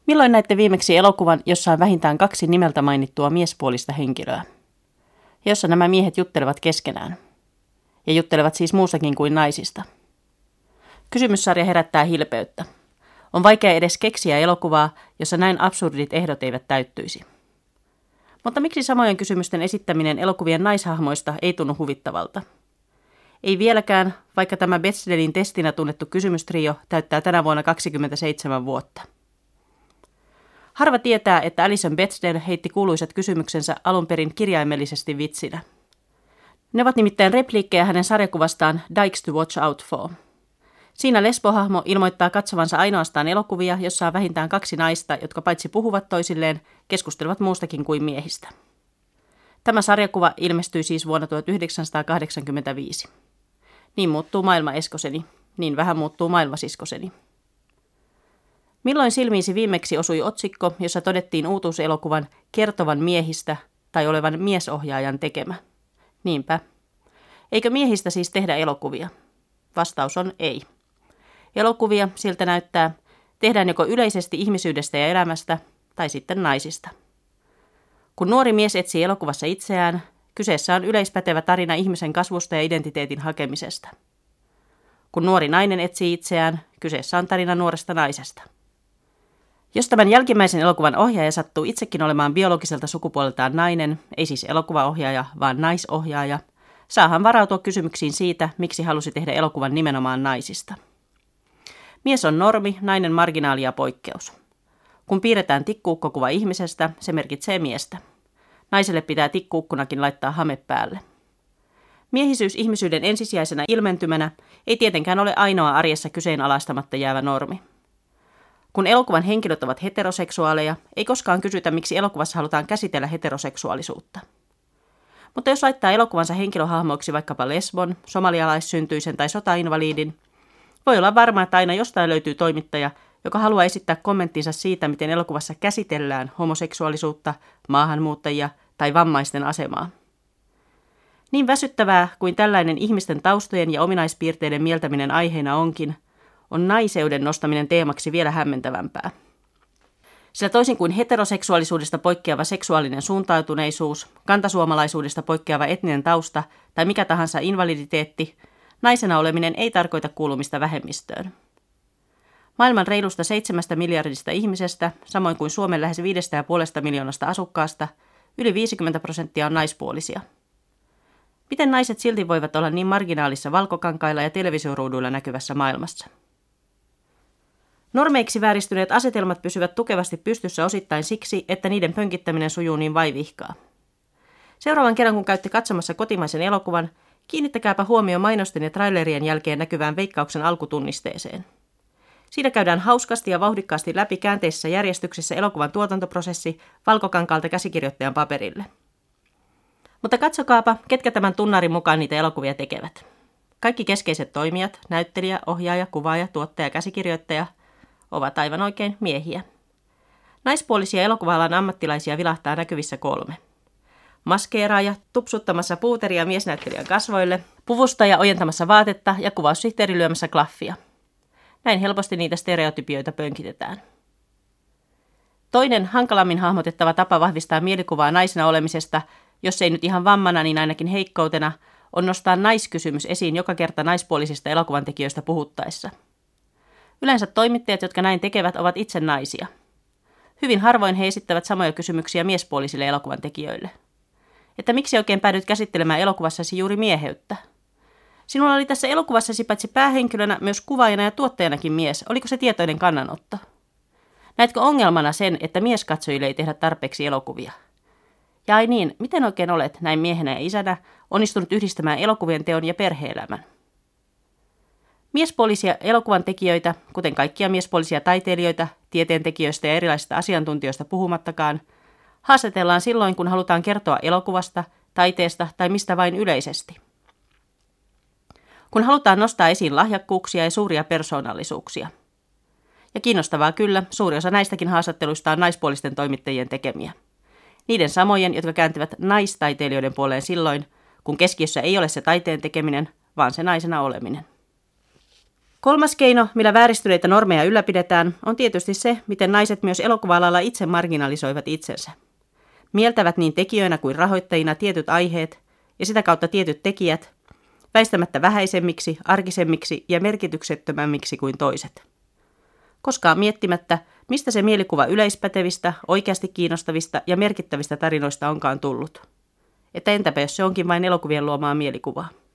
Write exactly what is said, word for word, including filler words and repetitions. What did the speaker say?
Milloin näitte viimeksi elokuvan, jossa on vähintään kaksi nimeltä mainittua miespuolista henkilöä? Ja jossa nämä miehet juttelevat keskenään. Ja juttelevat siis muustakin kuin naisista. Kysymyssarja herättää hilpeyttä. On vaikea edes keksiä elokuvaa, jossa näin absurdit ehdot eivät täyttyisi. Mutta miksi samojen kysymysten esittäminen elokuvien naishahmoista ei tunnu huvittavalta? Ei vieläkään, vaikka tämä Bechdelin testinä tunnettu kysymystrio täyttää tänä vuonna kaksikymmentäseitsemän vuotta. Harva tietää, että Alison Bechdel heitti kuuluisat kysymyksensä alun perin kirjaimellisesti vitsinä. Ne ovat nimittäin repliikkejä hänen sarjakuvastaan Dykes to Watch Out For. Siinä lesbohahmo ilmoittaa katsovansa ainoastaan elokuvia, jossa on vähintään kaksi naista, jotka paitsi puhuvat toisilleen, keskustelevat muustakin kuin miehistä. Tämä sarjakuva ilmestyi siis vuonna tuhatyhdeksänsataakahdeksankymmentäviisi. Niin muuttuu maailma, eskoseni. Niin vähän muuttuu maailma, siskoseni. Milloin silmiisi viimeksi osui otsikko, jossa todettiin uutuuselokuvan kertovan miehistä tai olevan miesohjaajan tekemä? Niinpä. Eikö miehistä siis tehdä elokuvia? Vastaus on ei. Elokuvia, siltä näyttää, tehdään joko yleisesti ihmisyydestä ja elämästä tai sitten naisista. Kun nuori mies etsii elokuvassa itseään, kyseessä on yleispätevä tarina ihmisen kasvusta ja identiteetin hakemisesta. Kun nuori nainen etsii itseään, kyseessä on tarina nuoresta naisesta. Jos tämän jälkimmäisen elokuvan ohjaaja sattuu itsekin olemaan biologiselta sukupuoleltaan nainen, ei siis elokuvaohjaaja, vaan naisohjaaja, saa hän varautua kysymyksiin siitä, miksi halusi tehdä elokuvan nimenomaan naisista. Mies on normi, nainen marginaali ja poikkeus. Kun piirretään tikkuukkokuva ihmisestä, se merkitsee miestä. Naiselle pitää tikkuukkunakin laittaa hame päälle. Miehisyys ihmisyyden ensisijaisena ilmentymänä ei tietenkään ole ainoa arjessa kyseenalaistamatta jäävä normi. Kun elokuvan henkilöt ovat heteroseksuaaleja, ei koskaan kysytä, miksi elokuvassa halutaan käsitellä heteroseksuaalisuutta. Mutta jos laittaa elokuvansa henkilöhahmoiksi vaikkapa lesbon, somalialaissyntyisen tai sotainvaliidin, voi olla varma, että aina jostain löytyy toimittaja, joka haluaa esittää kommenttinsa siitä, miten elokuvassa käsitellään homoseksuaalisuutta, maahanmuuttajia tai vammaisten asemaa. Niin väsyttävää kuin tällainen ihmisten taustojen ja ominaispiirteiden mieltäminen aiheena onkin, on naiseuden nostaminen teemaksi vielä hämmentävämpää. Sillä toisin kuin heteroseksuaalisuudesta poikkeava seksuaalinen suuntautuneisuus, kantasuomalaisuudesta poikkeava etninen tausta tai mikä tahansa invaliditeetti, naisena oleminen ei tarkoita kuulumista vähemmistöön. Maailman reilusta seitsemästä miljardista ihmisestä, samoin kuin Suomen lähes viidestä ja puolesta miljoonasta asukkaasta, yli viisikymmentä prosenttia on naispuolisia. Miten naiset silti voivat olla niin marginaalissa valkokankailla ja televisioruuduilla näkyvässä maailmassa? Normeiksi vääristyneet asetelmat pysyvät tukevasti pystyssä osittain siksi, että niiden pönkittäminen sujuu niin vaivihkaa. Seuraavan kerran, kun käytte katsomassa kotimaisen elokuvan, kiinnittäkääpä huomio mainosten ja trailerien jälkeen näkyvään Veikkauksen alkutunnisteeseen. Siinä käydään hauskasti ja vauhdikkaasti läpi käänteisessä järjestyksessä elokuvan tuotantoprosessi valkokankaalta käsikirjoittajan paperille. Mutta katsokaapa, ketkä tämän tunnarin mukaan niitä elokuvia tekevät. Kaikki keskeiset toimijat, näyttelijä, ohjaaja, kuvaaja, tuottaja, käsikirjoittaja, ovat aivan oikein miehiä. Naispuolisia elokuva-alan ammattilaisia vilahtaa näkyvissä kolme. Maskeeraaja, tupsuttamassa puuteria miesnäyttelijän kasvoille, puvustaja ojentamassa vaatetta ja kuvaussihteeri lyömässä klaffia. Näin helposti niitä stereotypioita pönkitetään. Toinen hankalammin hahmotettava tapa vahvistaa mielikuvaa naisena olemisesta, jos ei nyt ihan vammana, niin ainakin heikkoutena, on nostaa naiskysymys esiin joka kerta naispuolisista elokuvantekijöistä puhuttaessa. Yleensä toimittajat, jotka näin tekevät, ovat itse naisia. Hyvin harvoin he esittävät samoja kysymyksiä miespuolisille elokuvantekijöille. Että miksi oikein päädyt käsittelemään elokuvassasi juuri mieheyttä? Sinulla oli tässä elokuvassasi paitsi päähenkilönä myös kuvaajana ja tuottajanakin mies. Oliko se tietoinen kannanotto? Näetkö ongelmana sen, että mieskatsojille ei tehdä tarpeeksi elokuvia? Ja ai niin, miten oikein olet, näin miehenä ja isänä, onnistunut yhdistämään elokuvien teon ja perhe-elämän? Miespuolisia elokuvan tekijöitä, kuten kaikkia miespuolisia taiteilijoita, tieteentekijöistä ja erilaisista asiantuntijoista puhumattakaan, haastatellaan silloin, kun halutaan kertoa elokuvasta, taiteesta tai mistä vain yleisesti. Kun halutaan nostaa esiin lahjakkuuksia ja suuria persoonallisuuksia. Ja kiinnostavaa kyllä, suuri osa näistäkin haastatteluista on naispuolisten toimittajien tekemiä. Niiden samojen, jotka kääntyvät naistaiteilijoiden puoleen silloin, kun keskiössä ei ole se taiteen tekeminen, vaan se naisena oleminen. Kolmas keino, millä vääristyneitä normeja ylläpidetään, on tietysti se, miten naiset myös elokuva-alalla itse marginalisoivat itsensä. Mieltävät niin tekijöinä kuin rahoittajina tietyt aiheet ja sitä kautta tietyt tekijät väistämättä vähäisemmiksi, arkisemmiksi ja merkityksettömämmiksi kuin toiset. Koskaan miettimättä, mistä se mielikuva yleispätevistä, oikeasti kiinnostavista ja merkittävistä tarinoista onkaan tullut. Että entäpä jos se onkin vain elokuvien luomaa mielikuvaa.